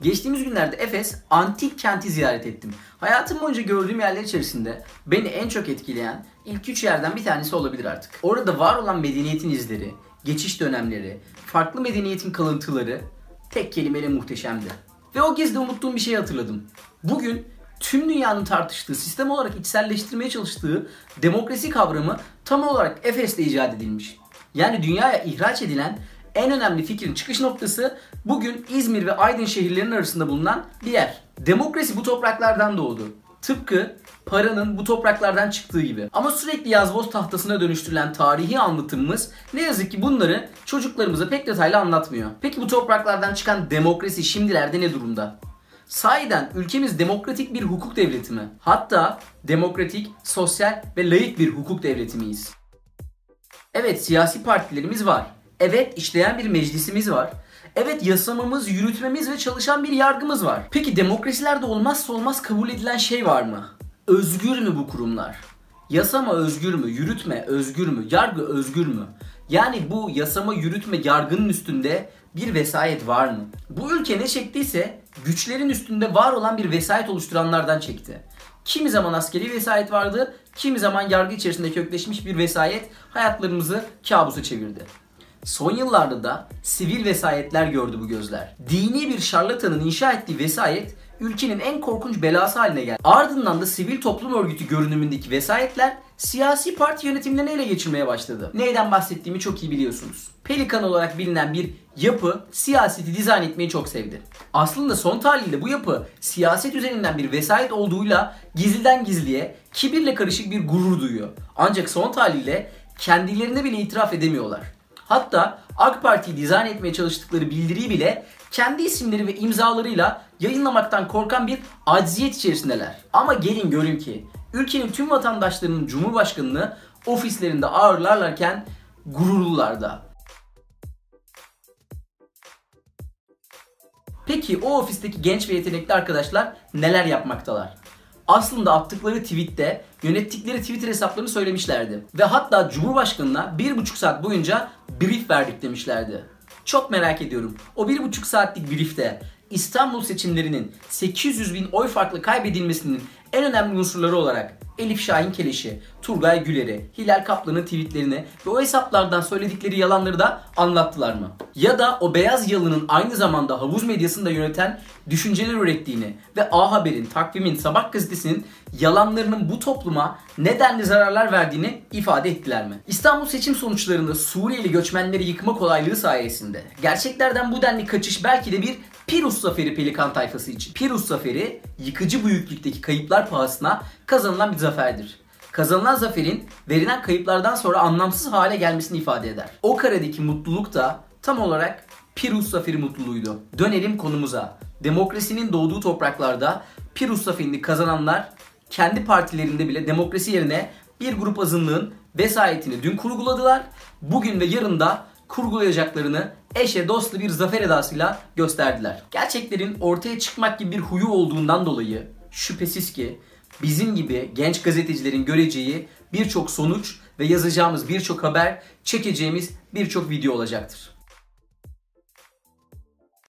Geçtiğimiz günlerde Efes antik kenti ziyaret ettim. Hayatım boyunca gördüğüm yerler içerisinde beni en çok etkileyen ilk 3 yerden bir tanesi olabilir artık. Orada var olan medeniyetin izleri, geçiş dönemleri, farklı medeniyetin kalıntıları tek kelimeyle muhteşemdi. Ve o gezide unuttuğum bir şeyi hatırladım. Bugün tüm dünyanın tartıştığı, sistem olarak içselleştirmeye çalıştığı demokrasi kavramı tam olarak Efes'te icat edilmiş. Yani dünyaya ihraç edilen en önemli fikrin çıkış noktası bugün İzmir ve Aydın şehirlerinin arasında bulunan bir yer. Demokrasi bu topraklardan doğdu. Tıpkı paranın bu topraklardan çıktığı gibi. Ama sürekli yazboz tahtasına dönüştürülen tarihi anlatımımız ne yazık ki bunları çocuklarımıza pek detaylı anlatmıyor. Peki bu topraklardan çıkan demokrasi şimdilerde ne durumda? Sahiden ülkemiz demokratik bir hukuk devleti mi? Hatta demokratik, sosyal ve laik bir hukuk devleti miyiz? Evet, siyasi partilerimiz var. Evet, işleyen bir meclisimiz var. Evet, yasamamız, yürütmemiz ve çalışan bir yargımız var. Peki demokrasilerde olmazsa olmaz kabul edilen şey var mı? Özgür mü bu kurumlar? Yasama özgür mü? Yürütme özgür mü? Yargı özgür mü? Yani bu yasama, yürütme, yargının üstünde bir vesayet var mı? Bu ülke ne çektiyse güçlerin üstünde var olan bir vesayet oluşturanlardan çekti. Kimi zaman askeri vesayet vardı, kimi zaman yargı içerisinde kökleşmiş bir vesayet hayatlarımızı kabusa çevirdi. Son yıllarda da sivil vesayetler gördü bu gözler. Dini bir şarlatanın inşa ettiği vesayet ülkenin en korkunç belası haline geldi. Ardından da sivil toplum örgütü görünümündeki vesayetler siyasi parti yönetimlerini ele geçirmeye başladı. Neyden bahsettiğimi çok iyi biliyorsunuz. Pelikan olarak bilinen bir yapı siyaseti dizayn etmeyi çok sevdi. Aslında son tahlilde bu yapı siyaset üzerinden bir vesayet olduğuyla gizliden gizliye kibirle karışık bir gurur duyuyor. Ancak son tahlilde kendilerine bile itiraf edemiyorlar. Hatta AK Parti'yi dizayn etmeye çalıştıkları bildiriyi bile kendi isimleri ve imzalarıyla yayınlamaktan korkan bir acziyet içerisindeler. Ama gelin görün ki ülkenin tüm vatandaşlarının Cumhurbaşkanını ofislerinde ağırlarlarken gururlular da. Peki o ofisteki genç ve yetenekli arkadaşlar neler yapmaktalar? Aslında attıkları tweette yönettikleri Twitter hesaplarını söylemişlerdi. Ve hatta Cumhurbaşkanı'na 1,5 saat boyunca brief verdik demişlerdi. Çok merak ediyorum. O 1,5 saatlik briefte İstanbul seçimlerinin 800 bin oy farklı kaybedilmesinin en önemli unsurları olarak Elif Şahin Keleş'i, Turgay Güler'i, Hilal Kaplan'ın tweetlerini ve o hesaplardan söyledikleri yalanları da anlattılar mı? Ya da o beyaz yalının aynı zamanda havuz medyasını da yöneten düşünceler ürettiğini ve A Haber'in, Takvim'in, Sabah gazetesinin yalanlarının bu topluma nedenli zararlar verdiğini ifade ettiler mi? İstanbul seçim sonuçlarında Suriyeli göçmenleri yıkma kolaylığı sayesinde gerçeklerden bu denli kaçış belki de bir Pirus zaferi Pelikan tayfası için. Pirus zaferi yıkıcı büyüklükteki kayıplar pahasına kazanılan bir zaferdir. Kazanılan zaferin verilen kayıplardan sonra anlamsız hale gelmesini ifade eder. O karedeki mutluluk da tam olarak Pirus zaferi mutluluğuydu. Dönelim konumuza. Demokrasinin doğduğu topraklarda Pirus zaferini kazananlar kendi partilerinde bile demokrasi yerine bir grup azınlığın vesayetini dün kurguladılar. Bugün ve yarın da kurgulayacaklarını eşe dostlu bir zafer edasıyla gösterdiler. Gerçeklerin ortaya çıkmak gibi bir huyu olduğundan dolayı şüphesiz ki bizim gibi genç gazetecilerin göreceği birçok sonuç ve yazacağımız birçok haber, çekeceğimiz birçok video olacaktır.